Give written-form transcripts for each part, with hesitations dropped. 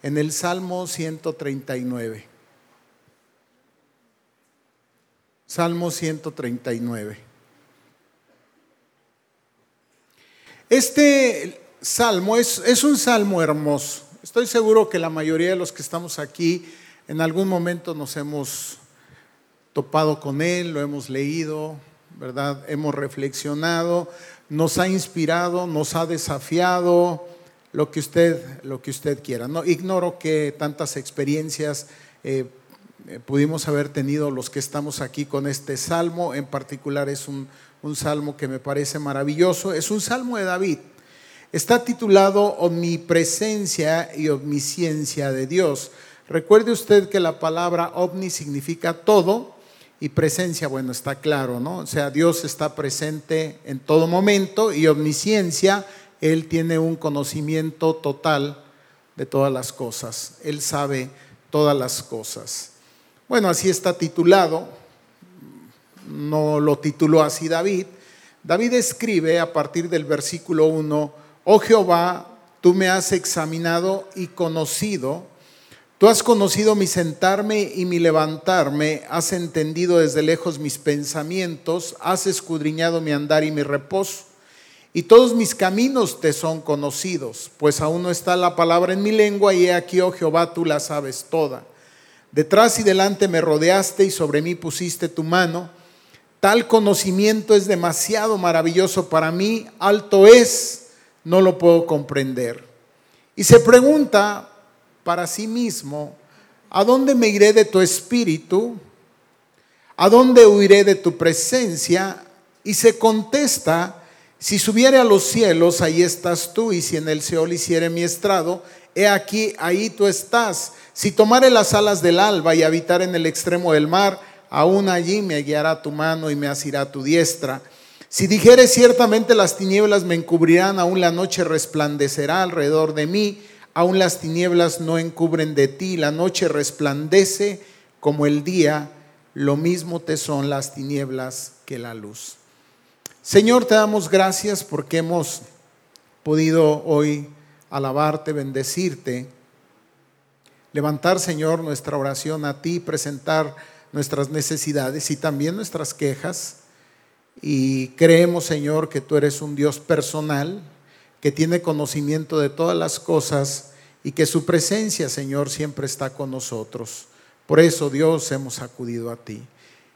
en el Salmo 139. Salmo 139. Este salmo es un salmo hermoso. Estoy seguro que la mayoría de los que estamos aquí en algún momento nos hemos topado con él, lo hemos leído, ¿verdad? Hemos reflexionado, nos ha inspirado, nos ha desafiado, lo que usted quiera. No ignoro que tantas experiencias pudimos haber tenido los que estamos aquí con este salmo. En particular es un salmo que me parece maravilloso. Es un salmo de David. Está titulado Omnipresencia y Omnisciencia de Dios. Recuerde usted que la palabra omni significa todo y presencia, bueno, está claro, ¿no? O sea, Dios está presente en todo momento, y omnisciencia, Él tiene un conocimiento total de todas las cosas. Él sabe todas las cosas. Bueno, así está titulado. No lo tituló así David. David escribe a partir del versículo 1: Oh Jehová, tú me has examinado y conocido. Tú has conocido mi sentarme y mi levantarme. Has entendido desde lejos mis pensamientos. Has escudriñado mi andar y mi reposo. Y todos mis caminos te son conocidos, pues aún no está la palabra en mi lengua, y he aquí, oh Jehová, tú la sabes toda. Detrás y delante me rodeaste y sobre mí pusiste tu mano. Tal conocimiento es demasiado maravilloso para mí, alto es, no lo puedo comprender. Y se pregunta para sí mismo: ¿a dónde me iré de tu espíritu? ¿A dónde huiré de tu presencia? Y se contesta: si subiere a los cielos, ahí estás tú, y si en el Seol hiciere mi estrado, he aquí, ahí tú estás. Si tomare las alas del alba y habitar en el extremo del mar, aún allí me guiará tu mano y me asirá tu diestra. Si dijere ciertamente las tinieblas me encubrirán, aún la noche resplandecerá alrededor de mí, aún las tinieblas no encubren de ti. La noche resplandece como el día, lo mismo te son las tinieblas que la luz. Señor, te damos gracias porque hemos podido hoy alabarte, bendecirte, levantar, Señor, nuestra oración a ti, presentar nuestras necesidades y también nuestras quejas. Y creemos, Señor, que tú eres un Dios personal, que tiene conocimiento de todas las cosas y que su presencia, Señor, siempre está con nosotros. Por eso, Dios, hemos acudido a ti.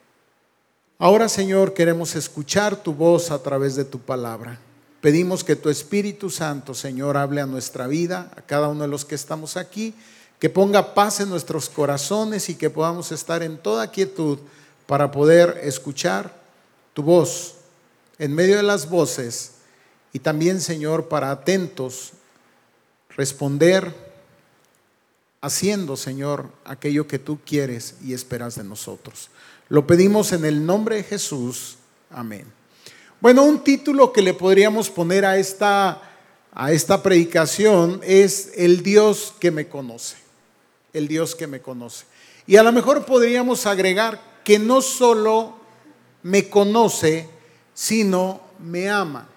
Ahora, Señor, queremos escuchar tu voz a través de tu palabra. Pedimos que tu Espíritu Santo, Señor, hable a nuestra vida, a cada uno de los que estamos aquí, que ponga paz en nuestros corazones y que podamos estar en toda quietud para poder escuchar tu voz en medio de las voces, y también, Señor, para atentos responder haciendo, Señor, aquello que tú quieres y esperas de nosotros. Lo pedimos en el nombre de Jesús. Amén. Bueno, un título que le podríamos poner a esta predicación es El Dios que me conoce. El Dios que me conoce. Y a lo mejor podríamos agregar que no solo me conoce, sino me ama.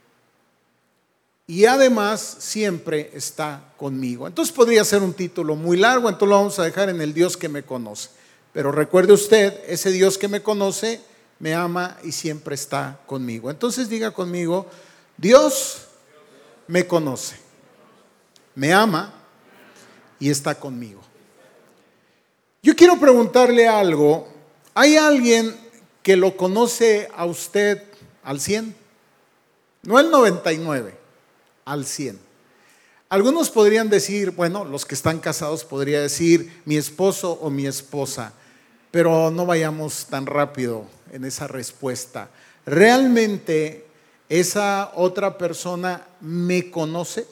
Y además siempre está conmigo. Entonces podría ser un título muy largo, entonces lo vamos a dejar en El Dios que me conoce. Pero recuerde usted, ese Dios que me conoce, me ama y siempre está conmigo. Entonces diga conmigo: Dios me conoce, me ama y está conmigo. Yo quiero preguntarle algo. ¿Hay alguien que lo conoce a usted al 100? No el 99, al 100. Algunos podrían decir, bueno, los que están casados podrían decir mi esposo o mi esposa, pero no vayamos tan rápido en esa respuesta. ¿Realmente esa otra persona me conoce?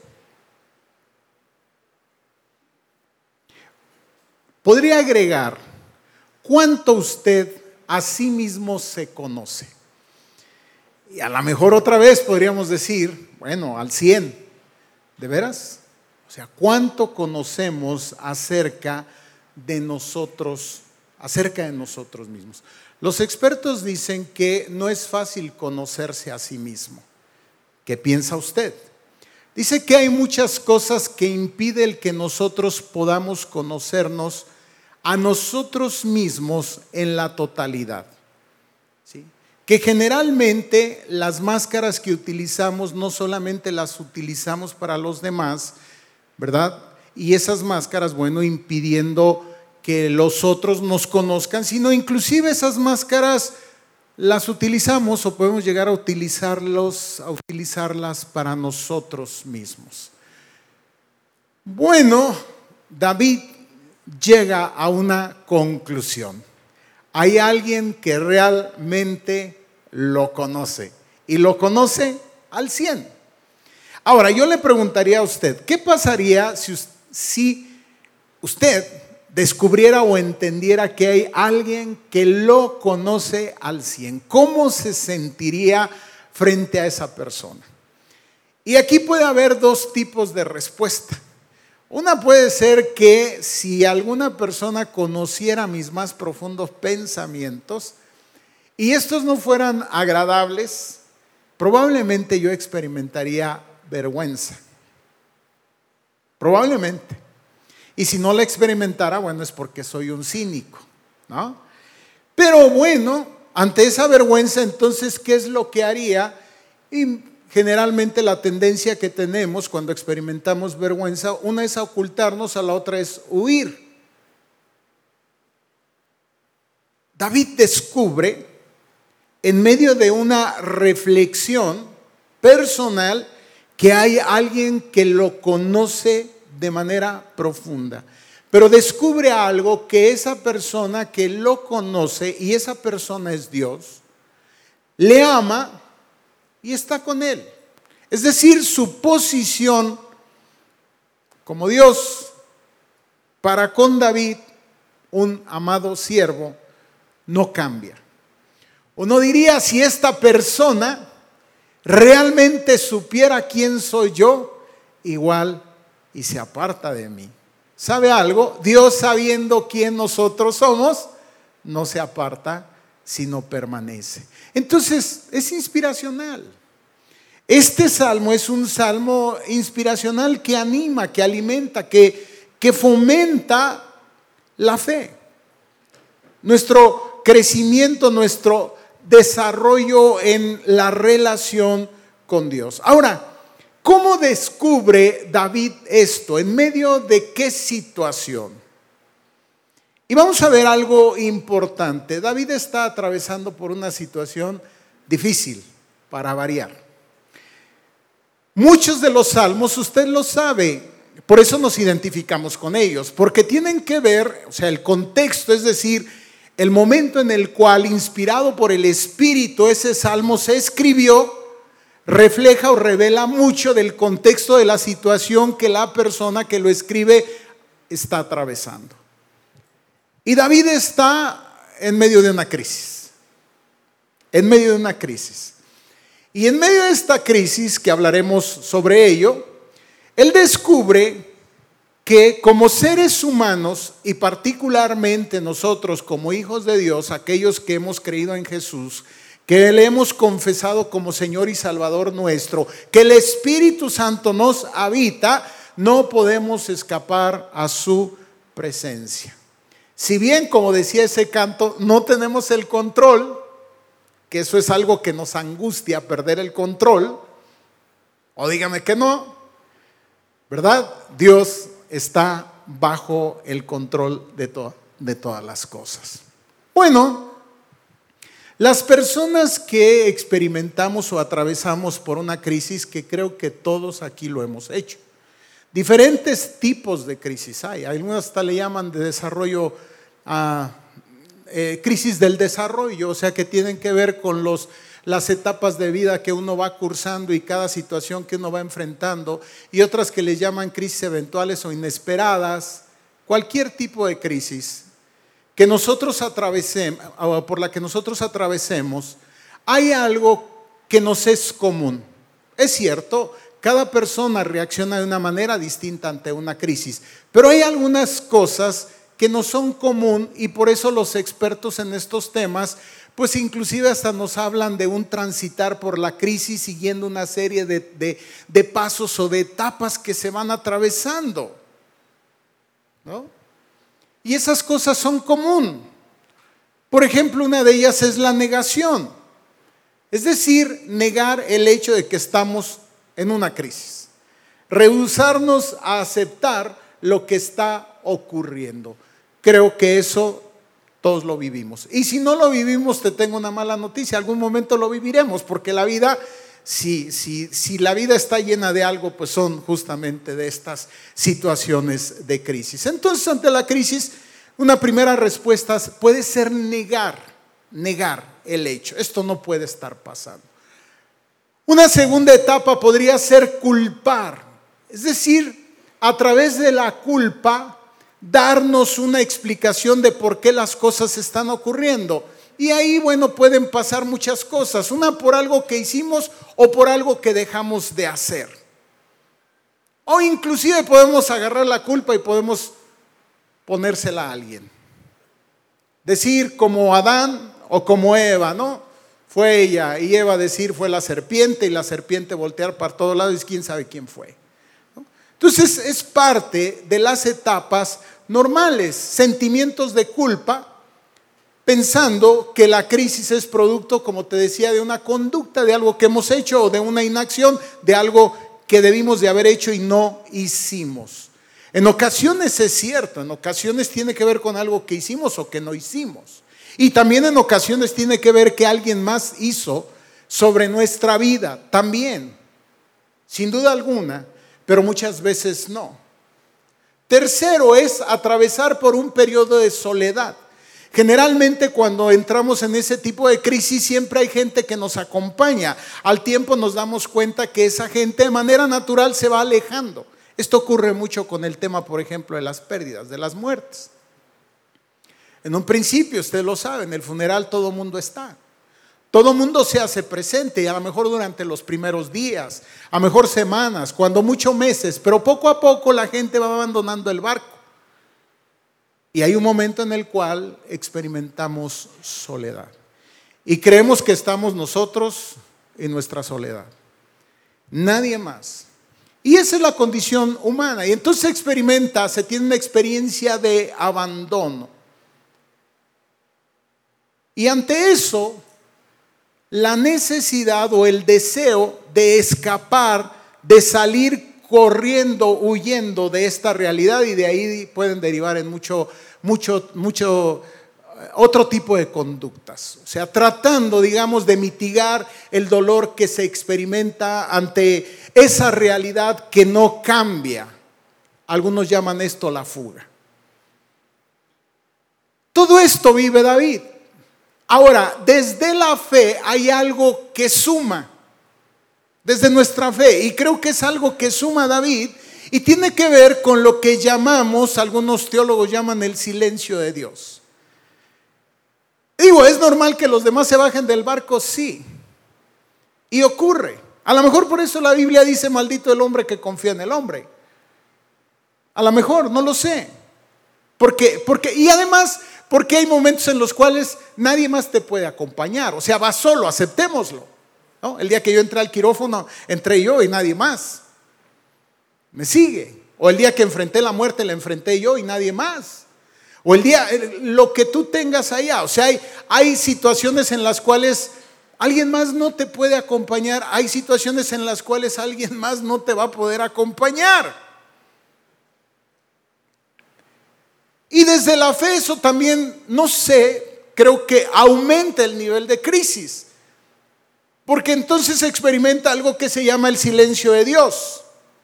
Podría agregar, ¿cuánto usted a sí mismo se conoce? Y a lo mejor otra vez podríamos decir, bueno, al 100. ¿De veras? O sea, ¿cuánto conocemos acerca de nosotros mismos? Los expertos dicen que no es fácil conocerse a sí mismo. ¿Qué piensa usted? Dice que hay muchas cosas que impiden que nosotros podamos conocernos a nosotros mismos en la totalidad. ¿Sí? Que generalmente las máscaras que utilizamos no solamente las utilizamos para los demás, ¿verdad? Y esas máscaras, bueno, impidiendo que los otros nos conozcan, sino inclusive esas máscaras las utilizamos o podemos llegar a utilizarlas para nosotros mismos. Bueno, David llega a una conclusión. Hay alguien que realmente lo conoce y lo conoce al 100. Ahora, yo le preguntaría a usted, ¿qué pasaría si usted descubriera o entendiera que hay alguien que lo conoce al 100? ¿Cómo se sentiría frente a esa persona? Y aquí puede haber dos tipos de respuesta. Una puede ser que si alguna persona conociera mis más profundos pensamientos y estos no fueran agradables, probablemente yo experimentaría vergüenza. Probablemente. Y si no la experimentara, bueno, es porque soy un cínico, ¿no? Pero bueno, ante esa vergüenza, entonces, ¿qué es lo que haría? Y generalmente la tendencia que tenemos cuando experimentamos vergüenza, una es ocultarnos, a la otra es huir. David descubre, en medio de una reflexión personal, que hay alguien que lo conoce de manera profunda, pero descubre algo, que esa persona que lo conoce, y esa persona es Dios, le ama y está con él. Es decir, su posición como Dios para con David, un amado siervo, no cambia. Uno diría, si esta persona realmente supiera quién soy yo, igual y se aparta de mí. ¿Sabe algo? Dios, sabiendo quién nosotros somos, no se aparta, sino permanece. Entonces, es inspiracional. Este salmo es un salmo inspiracional que anima, que alimenta, que fomenta la fe. Nuestro crecimiento, nuestro desarrollo en la relación con Dios. Ahora, ¿cómo descubre David esto? ¿En medio de qué situación? Y vamos a ver algo importante. David está atravesando por una situación difícil, para variar. Muchos de los salmos, usted lo sabe, por eso nos identificamos con ellos, porque tienen que ver, o sea, el contexto, es decir, el momento en el cual, inspirado por el Espíritu, ese salmo se escribió, refleja o revela mucho del contexto de la situación que la persona que lo escribe está atravesando. Y David está en medio de una crisis. En medio de una crisis. Y en medio de esta crisis, que hablaremos sobre ello, él descubre que como seres humanos, y particularmente nosotros como hijos de Dios, aquellos que hemos creído en Jesús, que le hemos confesado como Señor y Salvador nuestro, que el Espíritu Santo nos habita, no podemos escapar a su presencia. Si bien, como decía ese canto, no tenemos el control, que eso es algo que nos angustia, perder el control, o dígame que no, ¿verdad? Dios está bajo el control de todas las cosas. Bueno, las personas que experimentamos o atravesamos por una crisis, que creo que todos aquí lo hemos hecho, diferentes tipos de crisis hay. Algunos hasta le llaman de desarrollo crisis del desarrollo, o sea que tienen que ver con las etapas de vida que uno va cursando y cada situación que uno va enfrentando, y otras que les llaman crisis eventuales o inesperadas. Cualquier tipo de crisis que nosotros atravesemos, o por la que nosotros atravesemos, hay algo que nos es común. Es cierto, cada persona reacciona de una manera distinta ante una crisis, pero hay algunas cosas que no son común, y por eso los expertos en estos temas pues inclusive hasta nos hablan de un transitar por la crisis siguiendo una serie de pasos o de etapas que se van atravesando, ¿no? Y esas cosas son común. Por ejemplo, una de ellas es la negación, es decir, negar el hecho de que estamos en una crisis, rehusarnos a aceptar lo que está ocurriendo. Creo que eso todos lo vivimos. Y si no lo vivimos, te tengo una mala noticia, algún momento lo viviremos, porque la vida, si la vida está llena de algo, pues son justamente de estas situaciones de crisis. Entonces, ante la crisis, una primera respuesta puede ser negar el hecho. Esto no puede estar pasando. Una segunda etapa podría ser culpar, es decir, a través de la culpa, darnos una explicación de por qué las cosas están ocurriendo. Y ahí, bueno, pueden pasar muchas cosas, una por algo que hicimos o por algo que dejamos de hacer. O inclusive podemos agarrar la culpa y podemos ponérsela a alguien. Decir como Adán o como Eva, ¿no? Fue ella, y Eva decir fue la serpiente, y la serpiente voltear para todos lados y quién sabe quién fue, ¿no? Entonces es parte de las etapas normales, sentimientos de culpa, pensando que la crisis es producto, como te decía, de una conducta, de algo que hemos hecho o de una inacción, de algo que debimos de haber hecho y no hicimos. En ocasiones es cierto, en ocasiones tiene que ver con algo que hicimos o que no hicimos. Y también en ocasiones tiene que ver que alguien más hizo sobre nuestra vida, también, sin duda alguna, pero muchas veces no. Tercero es atravesar por un periodo de soledad. Generalmente cuando entramos en ese tipo de crisis siempre hay gente que nos acompaña. Al tiempo nos damos cuenta que esa gente de manera natural se va alejando. Esto ocurre mucho con el tema, por ejemplo, de las pérdidas, de las muertes. En un principio, usted lo sabe, en el funeral todo el mundo está. Todo el mundo se hace presente y a lo mejor durante los primeros días, a lo mejor semanas, cuando mucho meses, pero poco a poco la gente va abandonando el barco. Y hay un momento en el cual experimentamos soledad. Y creemos que estamos nosotros en nuestra soledad. Nadie más. Y esa es la condición humana. Y entonces se tiene una experiencia de abandono. Y ante eso, la necesidad o el deseo de escapar, de salir corriendo, huyendo de esta realidad, y de ahí pueden derivar en mucho otro tipo de conductas. O sea, tratando, digamos, de mitigar el dolor que se experimenta ante esa realidad que no cambia. Algunos llaman esto la fuga. Todo esto vive David. Ahora, desde la fe hay algo que suma, desde nuestra fe, y creo que es algo que suma David, y tiene que ver con lo que llamamos, algunos teólogos llaman el silencio de Dios. Digo, ¿es normal que los demás se bajen del barco? Sí, y ocurre. A lo mejor por eso la Biblia dice, maldito el hombre que confía en el hombre. A lo mejor, no lo sé. Y además, porque hay momentos en los cuales nadie más te puede acompañar. O sea, vas solo, aceptémoslo, ¿no? El día que yo entré al quirófano, entré yo y nadie más me sigue. O el día que enfrenté la muerte, la enfrenté yo y nadie más. O el día, lo que tú tengas allá. O sea, hay situaciones en las cuales alguien más no te puede acompañar. Hay situaciones en las cuales alguien más no te va a poder acompañar. Y desde la fe eso también, no sé, creo que aumenta el nivel de crisis. Porque entonces se experimenta algo que se llama el silencio de Dios.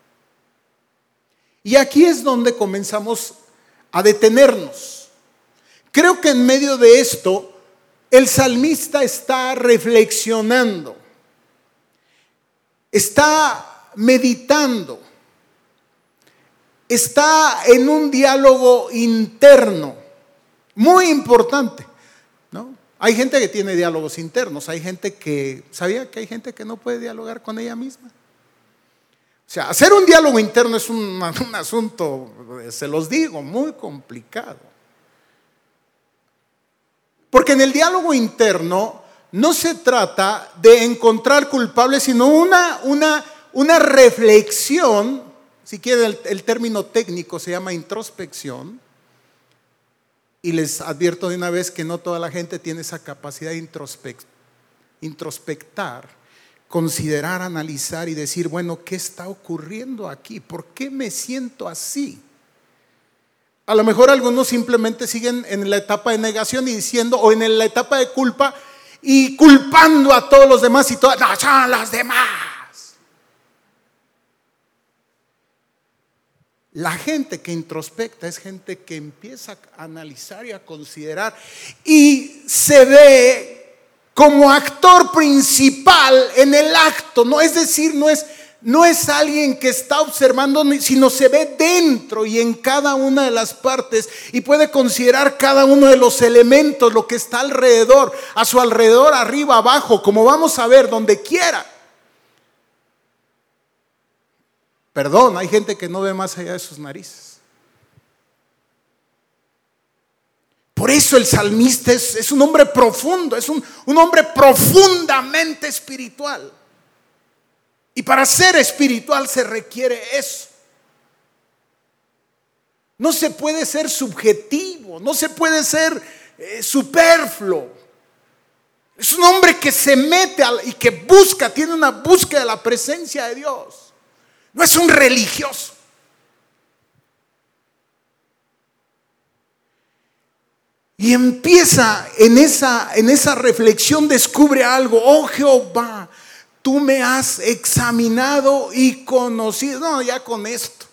Y aquí es donde comenzamos a detenernos. Creo que en medio de esto, el salmista está reflexionando, está meditando, está en un diálogo interno muy importante, ¿no? Hay gente que tiene diálogos internos, hay gente que, ¿sabía que hay gente que no puede dialogar con ella misma? O sea, hacer un diálogo interno es un asunto, se los digo, muy complicado. Porque en el diálogo interno no se trata de encontrar culpables, sino una reflexión, si quieren el término técnico se llama introspección, y les advierto de una vez que no toda la gente tiene esa capacidad de introspectar, considerar, analizar y decir, bueno, ¿qué está ocurriendo aquí? ¿Por qué me siento así? A lo mejor algunos simplemente siguen en la etapa de negación y diciendo, o en la etapa de culpa y culpando a todos los demás y todas, no, son los demás. La gente que introspecta es gente que empieza a analizar y a considerar y se ve como actor principal en el acto, ¿no? Es decir, no es alguien que está observando, sino se ve dentro y en cada una de las partes y puede considerar cada uno de los elementos, lo que está alrededor, a su alrededor, arriba, abajo, como vamos a ver, donde quiera. Perdón, hay gente que no ve más allá de sus narices. Por eso el salmista es un hombre profundo, es un hombre profundamente espiritual. Y para ser espiritual se requiere eso. No se puede ser subjetivo, no se puede ser superfluo. Es un hombre que se mete y que busca, tiene una búsqueda de la presencia de Dios. No es un religioso. Y empieza en esa reflexión, descubre algo. Oh Jehová, tú me has examinado y conocido. No, ya con esto.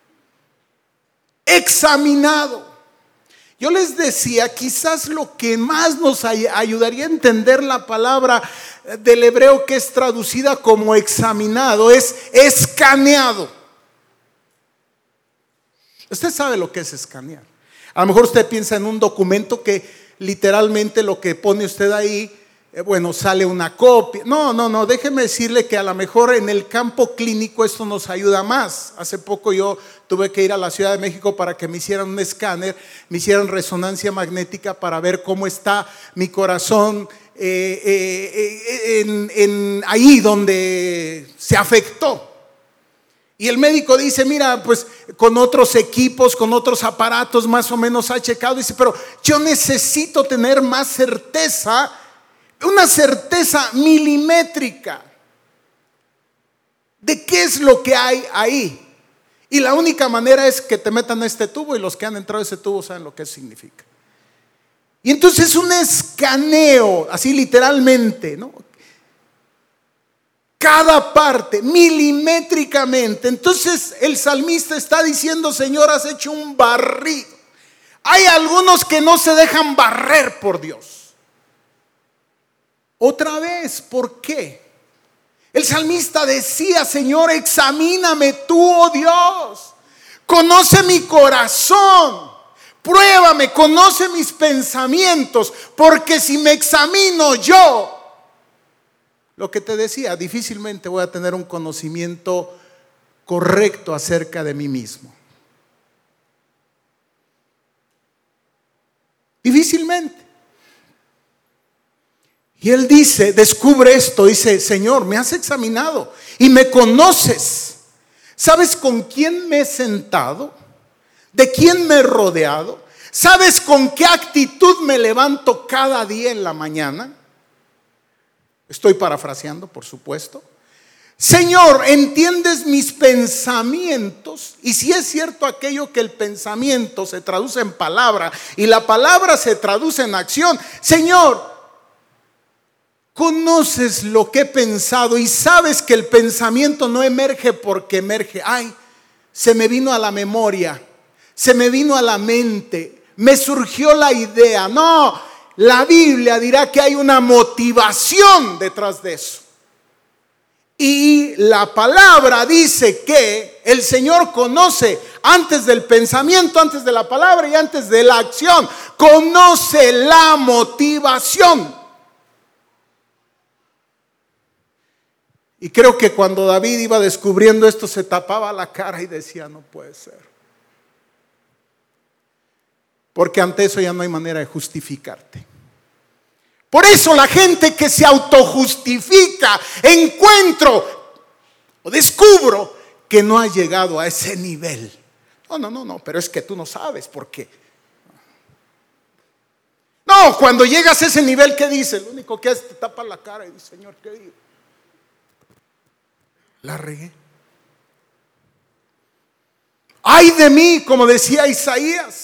Examinado. Yo les decía, quizás lo que más nos ayudaría a entender la palabra del hebreo que es traducida como examinado es escaneado. Usted sabe lo que es escanear. A lo mejor usted piensa en un documento que literalmente lo que pone usted ahí, bueno, sale una copia. No, déjeme decirle que a lo mejor en el campo clínico esto nos ayuda más. Hace poco yo tuve que ir a la Ciudad de México para que me hicieran un escáner, me hicieran resonancia magnética para ver cómo está mi corazón ahí donde se afectó. Y el médico dice, mira, pues con otros equipos, con otros aparatos más o menos ha checado. Dice, pero yo necesito tener más certeza, una certeza milimétrica de qué es lo que hay ahí. Y la única manera es que te metan a este tubo, y los que han entrado a ese tubo saben lo que significa. Y entonces un escaneo, así literalmente, ¿no? Cada parte, milimétricamente. Entonces el salmista está diciendo, Señor, has hecho un barrido. Hay algunos que no se dejan barrer por Dios. Otra vez, ¿por qué? El salmista decía, Señor, examíname tú, oh Dios. Conoce mi corazón. Pruébame, conoce mis pensamientos. Porque si me examino yo, lo que te decía, difícilmente voy a tener un conocimiento correcto acerca de mí mismo. Difícilmente. Y él dice, descubre esto, dice, Señor, me has examinado y me conoces. ¿Sabes con quién me he sentado? ¿De quién me he rodeado? ¿Sabes con qué actitud me levanto cada día en la mañana? Estoy parafraseando, por supuesto. Señor, entiendes mis pensamientos. Y si es cierto aquello que el pensamiento se traduce en palabra y la palabra se traduce en acción, Señor, conoces lo que he pensado y sabes que el pensamiento no emerge porque emerge. Ay, se me vino a la memoria, se me vino a la mente, me surgió la idea. No, la Biblia dirá que hay una motivación detrás de eso. Y la palabra dice que el Señor conoce antes del pensamiento, antes de la palabra y antes de la acción. Conoce la motivación. Y creo que cuando David iba descubriendo esto se tapaba la cara y decía, no puede ser. Porque ante eso ya no hay manera de justificarte. Por eso la gente que se autojustifica, encuentro o descubro que no ha llegado a ese nivel. No, pero es que tú no sabes por qué. No, cuando llegas a ese nivel, ¿qué dices? Lo único que haces te tapa la cara y dices, Señor, ¿qué digo? La regué. ¡Ay de mí!, como decía Isaías.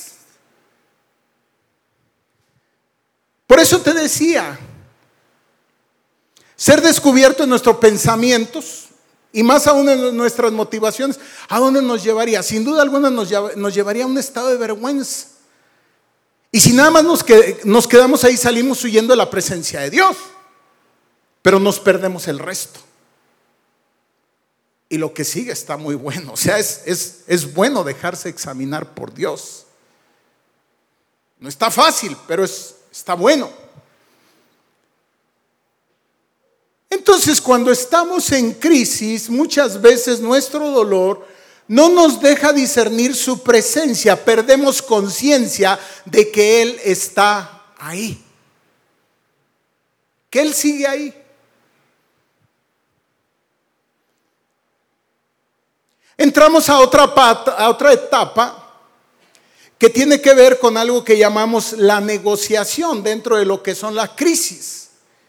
Por eso te decía, ser descubierto en nuestros pensamientos y más aún en nuestras motivaciones, ¿a dónde nos llevaría? Sin duda alguna nos llevaría a un estado de vergüenza. Y si nada más nos quedamos ahí, salimos huyendo de la presencia de Dios, pero nos perdemos el resto. Y lo que sigue está muy bueno. O sea, es bueno dejarse examinar por Dios. No está fácil, pero está bueno. Entonces, cuando estamos en crisis, muchas veces nuestro dolor no nos deja discernir su presencia. Perdemos conciencia de que Él está ahí, que Él sigue ahí. Entramos a otra etapa que tiene que ver con algo que llamamos la negociación dentro de lo que son las crisis.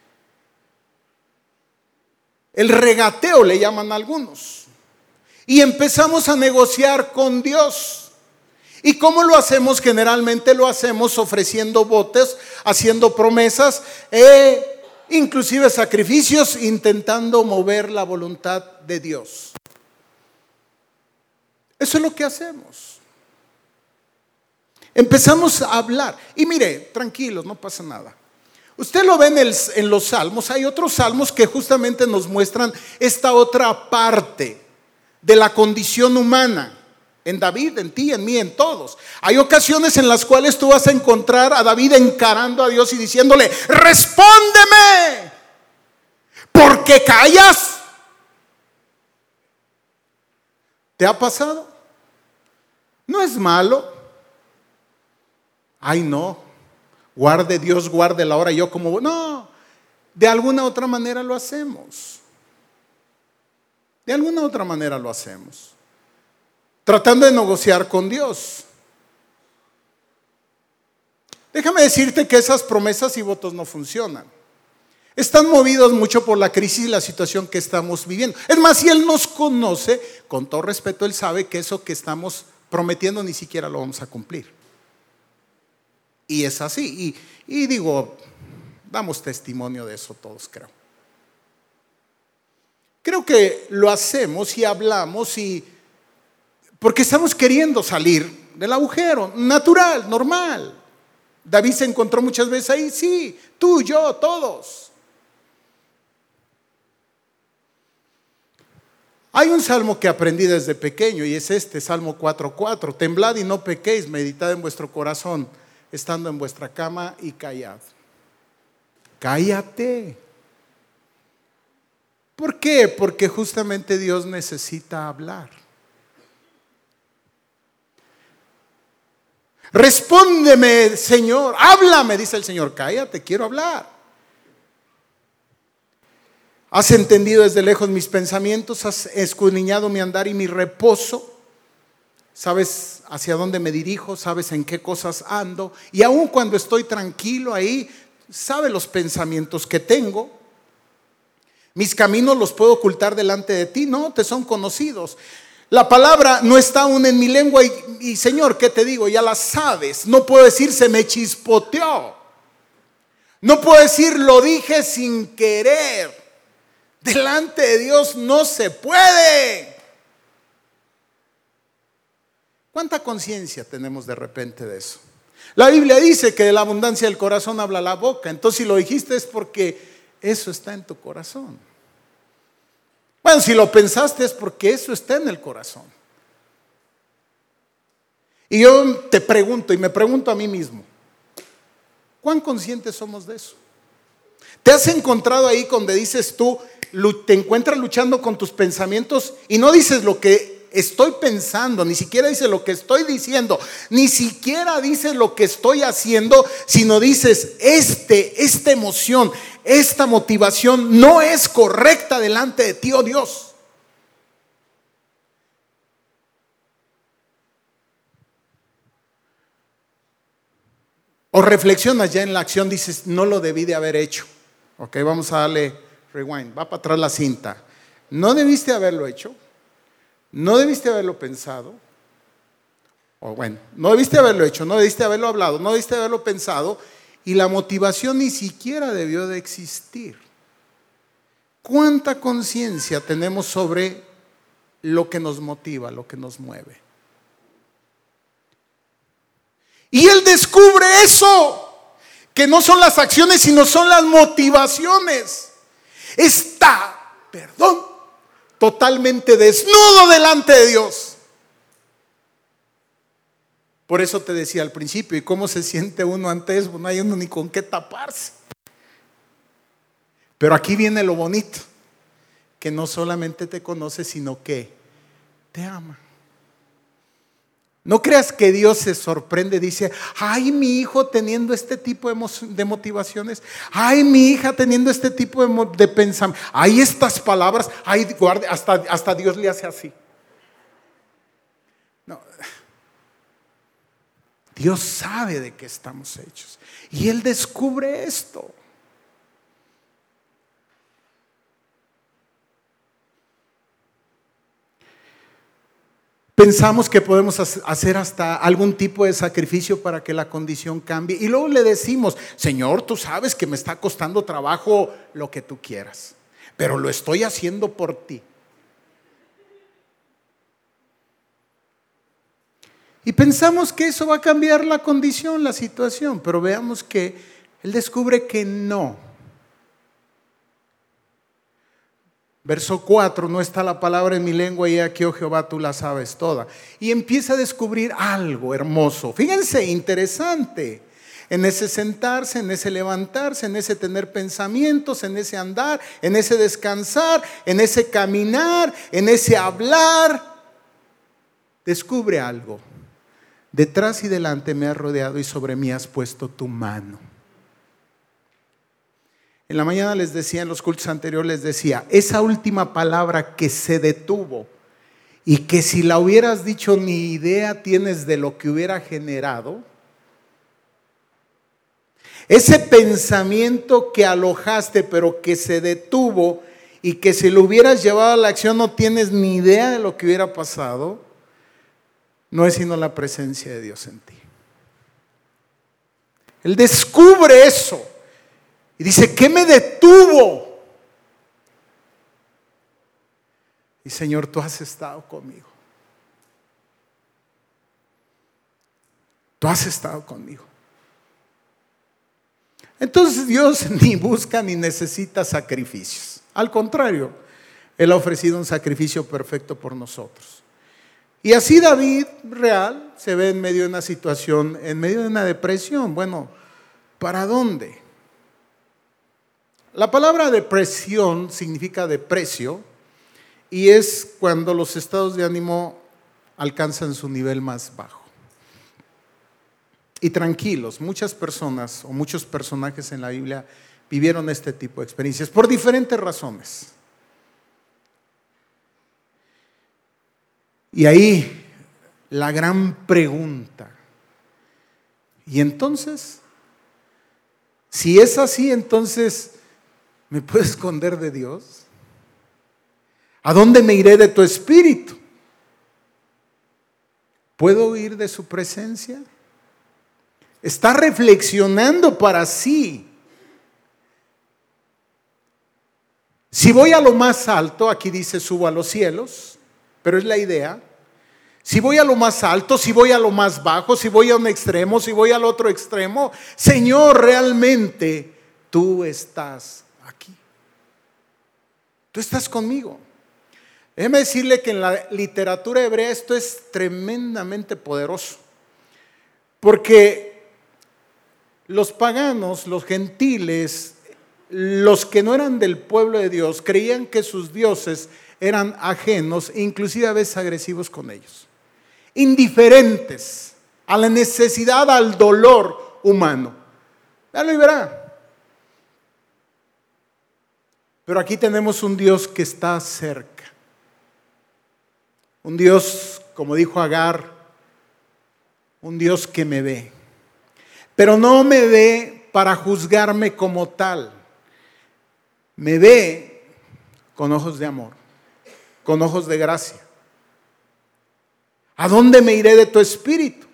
El regateo le llaman algunos. Y empezamos a negociar con Dios. ¿Y cómo lo hacemos? Generalmente lo hacemos ofreciendo votos, haciendo promesas, inclusive sacrificios, intentando mover la voluntad de Dios. Eso es lo que hacemos. Empezamos a hablar. Y mire, tranquilos, no pasa nada. Usted lo ve en los salmos. Hay otros salmos que justamente nos muestran esta otra parte de la condición humana. En David, en ti, en mí, en todos. Hay ocasiones en las cuales tú vas a encontrar a David encarando a Dios y diciéndole: respóndeme, ¿por qué callas? ¿Te ha pasado? No es malo. Ay, no, guarde Dios, guarde la hora. Yo como, no, de alguna otra manera lo hacemos. De alguna otra manera lo hacemos. Tratando de negociar con Dios. Déjame decirte que esas promesas y votos no funcionan. Están movidos mucho por la crisis y la situación que estamos viviendo. Es más, si Él nos conoce, con todo respeto, Él sabe que eso que estamos prometiendo ni siquiera lo vamos a cumplir. Y es así. Y digo, damos testimonio de eso todos, creo. Creo que lo hacemos y hablamos porque estamos queriendo salir del agujero, natural, normal. David se encontró muchas veces ahí, sí, tú, yo, todos. Hay un salmo que aprendí desde pequeño y es este, Salmo 4:4. Temblad y no pequéis, meditad en vuestro corazón, estando en vuestra cama y callad. Cállate. ¿Por qué? Porque justamente Dios necesita hablar. Respóndeme, Señor, háblame, dice el Señor. Cállate, quiero hablar. Has entendido desde lejos mis pensamientos, has escudriñado mi andar y mi reposo. Sabes hacia dónde me dirijo, sabes en qué cosas ando. Y aun cuando estoy tranquilo ahí, sabes los pensamientos que tengo. Mis caminos los puedo ocultar delante de ti, no, te son conocidos. La palabra no está aún en mi lengua y Señor, ¿qué te digo? Ya la sabes. No puedo decir se me chispoteó. No puedo decir lo dije sin querer. Delante de Dios no se puede. ¿Cuánta conciencia tenemos de repente de eso? La Biblia dice que de la abundancia del corazón habla la boca. Entonces si lo dijiste es porque eso está en tu corazón. Bueno, si lo pensaste es porque eso está en el corazón. Y yo te pregunto y me pregunto a mí mismo, ¿cuán conscientes somos de eso? ¿Te has encontrado ahí donde dices tú, te encuentras luchando con tus pensamientos y no dices lo que que estoy pensando, ni siquiera dice lo que estoy diciendo, ni siquiera dice lo que estoy haciendo, sino dices, esta emoción, esta motivación no es correcta delante de ti, oh Dios. O reflexionas ya en la acción, dices, no lo debí de haber hecho. Ok, vamos a darle rewind, va para atrás la cinta. No debiste haberlo hecho, no debiste haberlo pensado, o bueno, no debiste haberlo hecho, no debiste haberlo hablado, no debiste haberlo pensado, y la motivación ni siquiera debió de existir. ¿Cuánta conciencia tenemos sobre lo que nos motiva, lo que nos mueve? Y él descubre eso, que no son las acciones, sino son las motivaciones. Está, totalmente desnudo delante de Dios. Por eso te decía al principio, ¿y cómo se siente uno ante eso? No hay uno ni con qué taparse. Pero aquí viene lo bonito, que no solamente te conoce, sino que te ama. No creas que Dios se sorprende, dice, ay, mi hijo teniendo este tipo de motivaciones, ay, mi hija teniendo este tipo de pensamiento, ay, estas palabras, ay, guarde, hasta Dios le hace así. No. Dios sabe de qué estamos hechos y Él descubre esto. Pensamos que podemos hacer hasta algún tipo de sacrificio para que la condición cambie. Y luego le decimos, Señor, tú sabes que me está costando trabajo lo que tú quieras, pero lo estoy haciendo por ti. Y pensamos que eso va a cambiar la condición, la situación, pero veamos que Él descubre que no. Verso 4, no está la palabra en mi lengua y aquí, oh Jehová, tú la sabes toda. Y empieza a descubrir algo hermoso. Fíjense, interesante. En ese sentarse, en ese levantarse, en ese tener pensamientos, en ese andar, en ese descansar, en ese caminar, en ese hablar. Descubre algo. Detrás y delante me has rodeado y sobre mí has puesto tu mano. En la mañana les decía, en los cultos anteriores les decía, esa última palabra que se detuvo y que si la hubieras dicho ni idea tienes de lo que hubiera generado, ese pensamiento que alojaste pero que se detuvo y que si lo hubieras llevado a la acción no tienes ni idea de lo que hubiera pasado, no es sino la presencia de Dios en ti. Él descubre eso. Y dice, ¿qué me detuvo? Y Señor, tú has estado conmigo. Tú has estado conmigo. Entonces Dios ni busca ni necesita sacrificios. Al contrario, Él ha ofrecido un sacrificio perfecto por nosotros. Y así David real se ve en medio de una situación, en medio de una depresión. Bueno, ¿para dónde? La palabra depresión significa deprecio y es cuando los estados de ánimo alcanzan su nivel más bajo. Y tranquilos, muchas personas o muchos personajes en la Biblia vivieron este tipo de experiencias por diferentes razones. Y ahí la gran pregunta, ¿y entonces? Si es así, entonces ¿me puedo esconder de Dios? ¿A dónde me iré de tu espíritu? ¿Puedo huir de su presencia? Está reflexionando para sí. Si voy a lo más alto, aquí dice subo a los cielos, pero es la idea. Si voy a lo más alto, si voy a lo más bajo, si voy a un extremo, si voy al otro extremo, Señor, realmente tú estás aquí. Tú estás conmigo. Déjeme decirle que en la literatura hebrea esto es tremendamente poderoso. Porque los paganos, los gentiles, los que no eran del pueblo de Dios creían que sus dioses eran ajenos, inclusive a veces agresivos con ellos, indiferentes a la necesidad, al dolor humano. Véalo y verá. Pero aquí tenemos un Dios que está cerca. Un Dios, como dijo Agar, un Dios que me ve. Pero no me ve para juzgarme como tal. Me ve con ojos de amor, con ojos de gracia. ¿A dónde me iré de tu espíritu?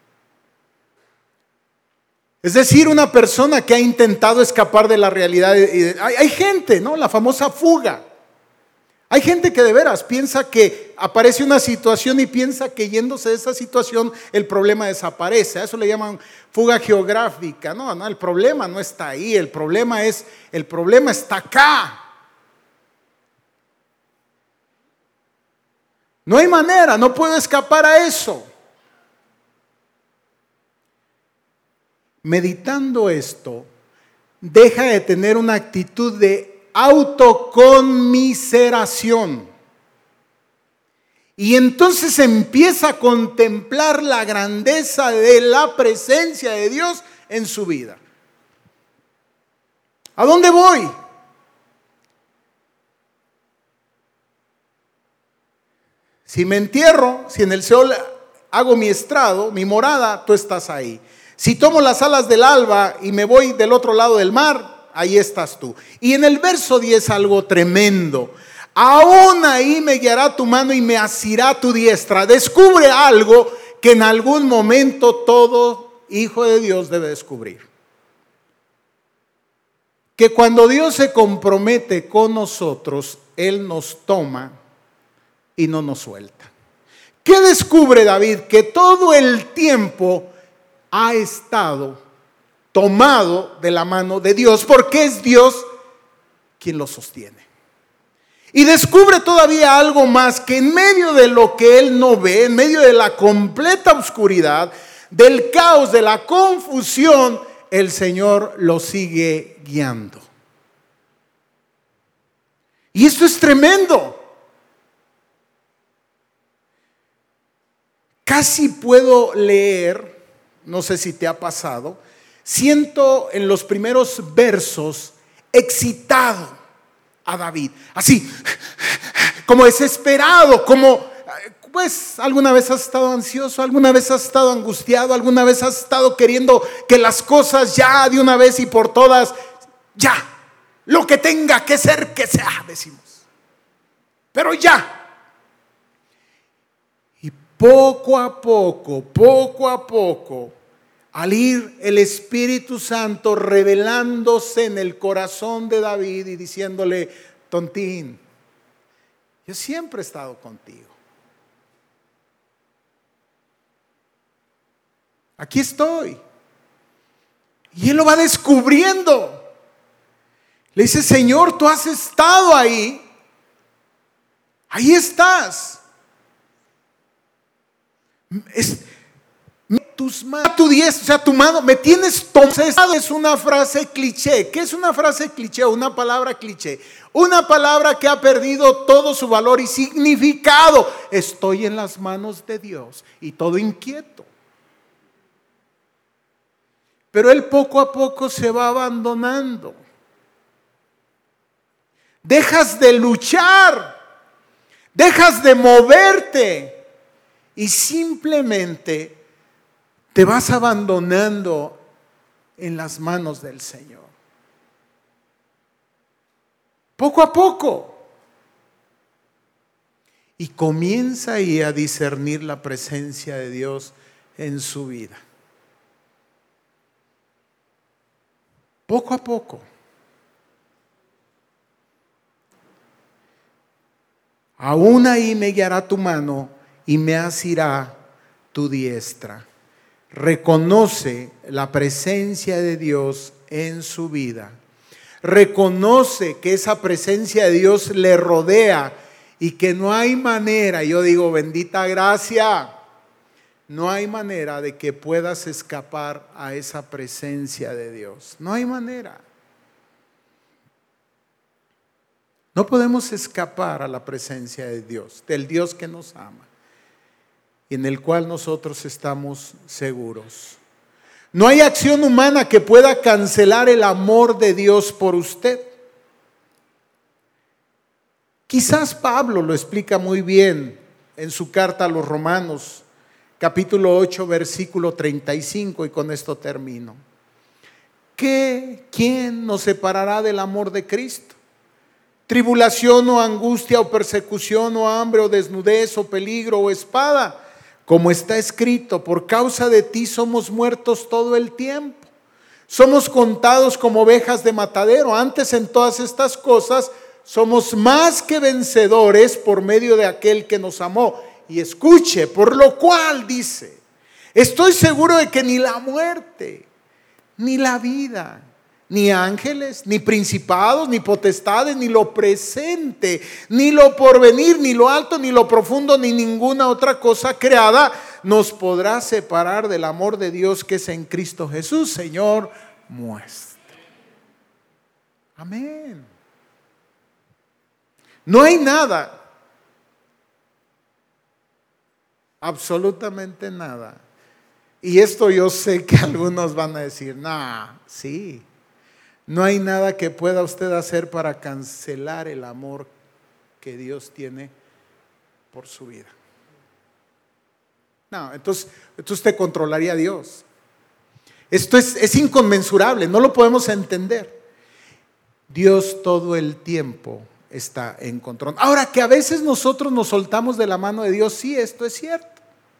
Es decir, una persona que ha intentado escapar de la realidad. Hay gente, ¿no? La famosa fuga. Hay gente que de veras piensa que aparece una situación y piensa que yéndose de esa situación el problema desaparece. A eso le llaman fuga geográfica. No, el problema no está ahí. El problema está acá. No hay manera, no puedo escapar a eso. Meditando esto, deja de tener una actitud de autoconmiseración. Y entonces empieza a contemplar la grandeza de la presencia de Dios en su vida. ¿A dónde voy? Si me entierro, si en el Seol hago mi estrado, mi morada, tú estás ahí. Si tomo las alas del alba y me voy del otro lado del mar, ahí estás tú. Y en el verso 10 algo tremendo. Aún ahí me guiará tu mano y me asirá tu diestra. Descubre algo que en algún momento todo hijo de Dios debe descubrir. Que cuando Dios se compromete con nosotros, Él nos toma y no nos suelta. ¿Qué descubre David? Que todo el tiempo ha estado tomado de la mano de Dios, porque es Dios quien lo sostiene. Y descubre todavía algo más, que en medio de lo que él no ve, en medio de la completa oscuridad, del caos, de la confusión, el Señor lo sigue guiando. Y esto es tremendo. Casi puedo leer, no sé si te ha pasado, siento en los primeros versos excitado a David, así, como desesperado, como, pues, alguna vez has estado ansioso, alguna vez has estado angustiado, alguna vez has estado queriendo que las cosas ya de una vez y por todas, ya, lo que tenga que ser, que sea, decimos, pero ya. Y poco a poco, al ir el Espíritu Santo revelándose en el corazón de David y diciéndole: tontín, yo siempre he estado contigo. Aquí estoy. Y él lo va descubriendo. Le dice: Señor, tú has estado ahí. Ahí estás. Tus manos, tu diestra, o sea, tu mano, me tienes tomado. Es una frase cliché. ¿Qué es una frase cliché? Una palabra cliché. Una palabra que ha perdido todo su valor y significado. Estoy en las manos de Dios y todo inquieto. Pero él poco a poco se va abandonando. Dejas de luchar, dejas de moverte y simplemente te vas abandonando en las manos del Señor. Poco a poco. Y comienza ahí a discernir la presencia de Dios en su vida. Poco a poco. Aún ahí me guiará tu mano y me asirá tu diestra. Reconoce la presencia de Dios en su vida. Reconoce que esa presencia de Dios le rodea y que no hay manera, yo digo, bendita gracia, no hay manera de que puedas escapar a esa presencia de Dios. No hay manera. No podemos escapar a la presencia de Dios, del Dios que nos ama y en el cual nosotros estamos seguros. No hay acción humana que pueda cancelar el amor de Dios por usted. Quizás Pablo lo explica muy bien en su carta a los Romanos, capítulo 8, versículo 35, y con esto termino. ¿Quién nos separará del amor de Cristo? ¿Tribulación o angustia o persecución o hambre o desnudez o peligro o espada? Como está escrito, por causa de ti somos muertos todo el tiempo. Somos contados como ovejas de matadero. Antes en todas estas cosas somos más que vencedores por medio de aquel que nos amó. Y escuche, por lo cual dice, estoy seguro de que ni la muerte, ni la vida, ni ángeles, ni principados, ni potestades, ni lo presente, ni lo porvenir, ni lo alto, ni lo profundo, ni ninguna otra cosa creada nos podrá separar del amor de Dios que es en Cristo Jesús, Señor nuestro. Amén. No hay nada, absolutamente nada. Y esto yo sé que algunos van a decir, sí. No hay nada que pueda usted hacer para cancelar el amor que Dios tiene por su vida. Entonces usted controlaría a Dios. Esto es inconmensurable, no lo podemos entender. Dios todo el tiempo está en control. Ahora, que a veces nosotros nos soltamos de la mano de Dios, sí, esto es cierto.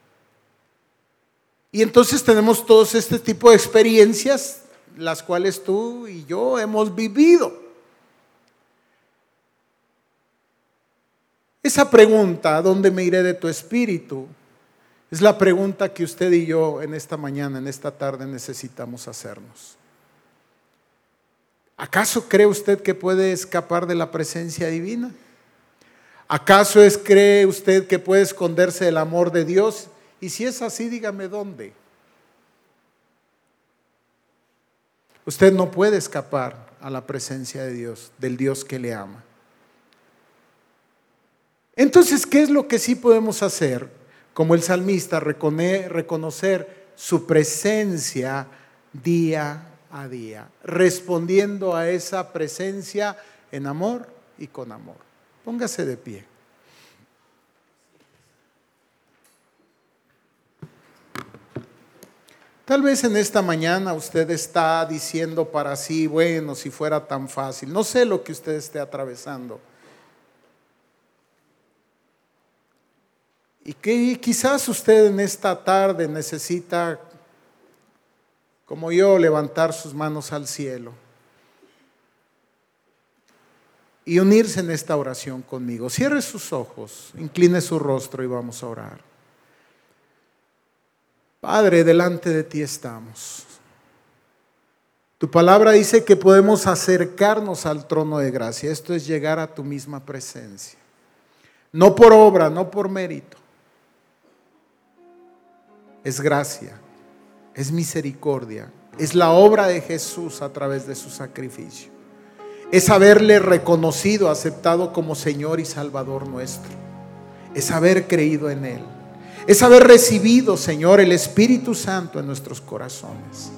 Y entonces tenemos todos este tipo de experiencias, las cuales tú y yo hemos vivido. Esa pregunta, ¿a dónde me iré de tu espíritu?, es la pregunta que usted y yo en esta mañana, en esta tarde necesitamos hacernos. ¿Acaso cree usted que puede escapar de la presencia divina? ¿Acaso cree usted que puede esconderse del amor de Dios? Y si es así, dígame dónde. Usted no puede escapar a la presencia de Dios, del Dios que le ama. Entonces, ¿qué es lo que sí podemos hacer? Como el salmista, reconocer su presencia día a día, respondiendo a esa presencia en amor y con amor. Póngase de pie. Tal vez en esta mañana usted está diciendo para sí, bueno, si fuera tan fácil. No sé lo que usted esté atravesando. Y que quizás usted en esta tarde necesita, como yo, levantar sus manos al cielo y unirse en esta oración conmigo. Cierre sus ojos, incline su rostro y vamos a orar. Padre, delante de ti estamos. Tu palabra dice que podemos acercarnos al trono de gracia. Esto es llegar a tu misma presencia. No por obra, no por mérito. Es gracia, es misericordia, es la obra de Jesús a través de su sacrificio. Es haberle reconocido, aceptado como Señor y Salvador nuestro. Es haber creído en Él. Es haber recibido, Señor, el Espíritu Santo en nuestros corazones.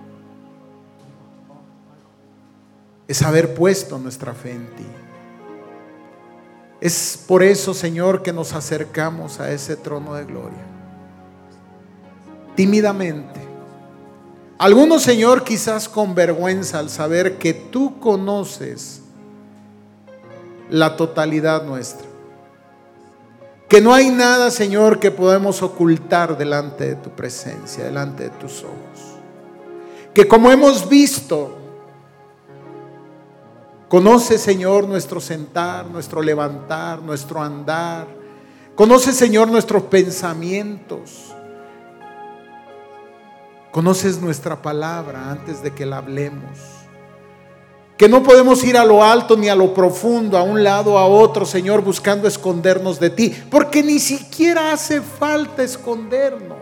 Es haber puesto nuestra fe en ti. Es por eso, Señor, que nos acercamos a ese trono de gloria. Tímidamente. Algunos, Señor, quizás con vergüenza al saber que tú conoces la totalidad nuestra. Que no hay nada, Señor, que podemos ocultar delante de tu presencia, delante de tus ojos. Que como hemos visto, conoce, Señor, nuestro sentar, nuestro levantar, nuestro andar. Conoce, Señor, nuestros pensamientos. Conoces nuestra palabra antes de que la hablemos. Que no podemos ir a lo alto ni a lo profundo, a un lado, a otro, Señor, buscando escondernos de ti, porque ni siquiera hace falta escondernos.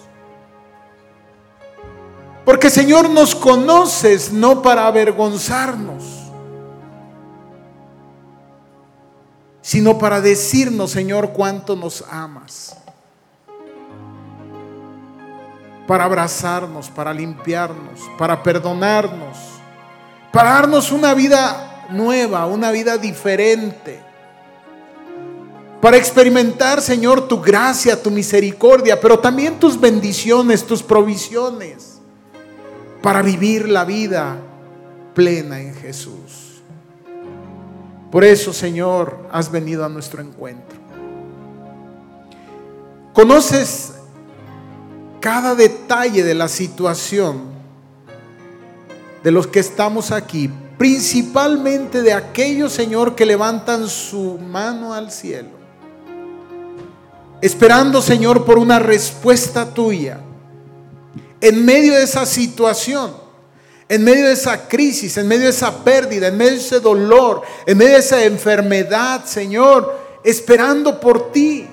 Porque, Señor, nos conoces no para avergonzarnos, sino para decirnos, Señor, cuánto nos amas. Para abrazarnos, para limpiarnos, para perdonarnos, para darnos una vida nueva, una vida diferente. Para experimentar, Señor, tu gracia, tu misericordia, pero también tus bendiciones, tus provisiones, para vivir la vida plena en Jesús. Por eso, Señor, has venido a nuestro encuentro. Conoces cada detalle de la situación de los que estamos aquí, principalmente de aquellos, Señor, que levantan su mano al cielo, esperando, Señor, por una respuesta tuya en medio de esa situación, en medio de esa crisis, en medio de esa pérdida, en medio de ese dolor, en medio de esa enfermedad, Señor, esperando por ti.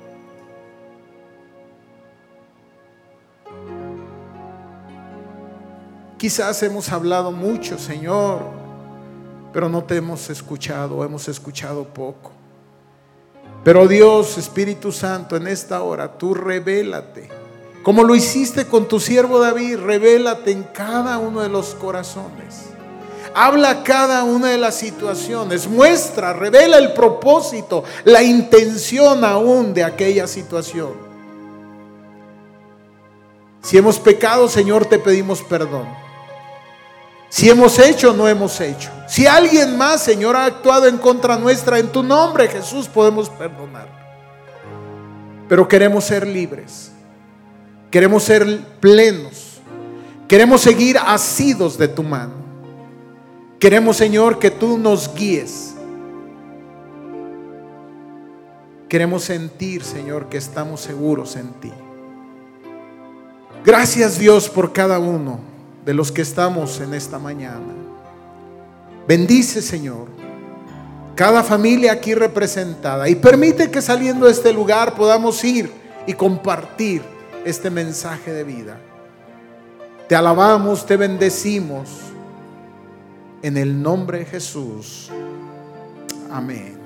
Quizás hemos hablado mucho, Señor, pero no te hemos escuchado, o hemos escuchado poco. Pero Dios, Espíritu Santo, en esta hora tú revélate, como lo hiciste con tu siervo David. Revélate en cada uno de los corazones. Habla cada una de las situaciones. Muestra, revela el propósito, la intención aún de aquella situación. Si hemos pecado, Señor, te pedimos perdón. Si hemos hecho o no hemos hecho. Si alguien más, Señor, ha actuado en contra nuestra, en tu nombre, Jesús, podemos perdonar. Pero queremos ser libres. Queremos ser plenos. Queremos seguir asidos de tu mano. Queremos, Señor, que tú nos guíes. Queremos sentir, Señor, que estamos seguros en ti. Gracias, Dios, por cada uno de los que estamos en esta mañana. Bendice, Señor, cada familia aquí representada, y permite que saliendo de este lugar podamos ir y compartir este mensaje de vida. Te alabamos, te bendecimos en el nombre de Jesús. Amén.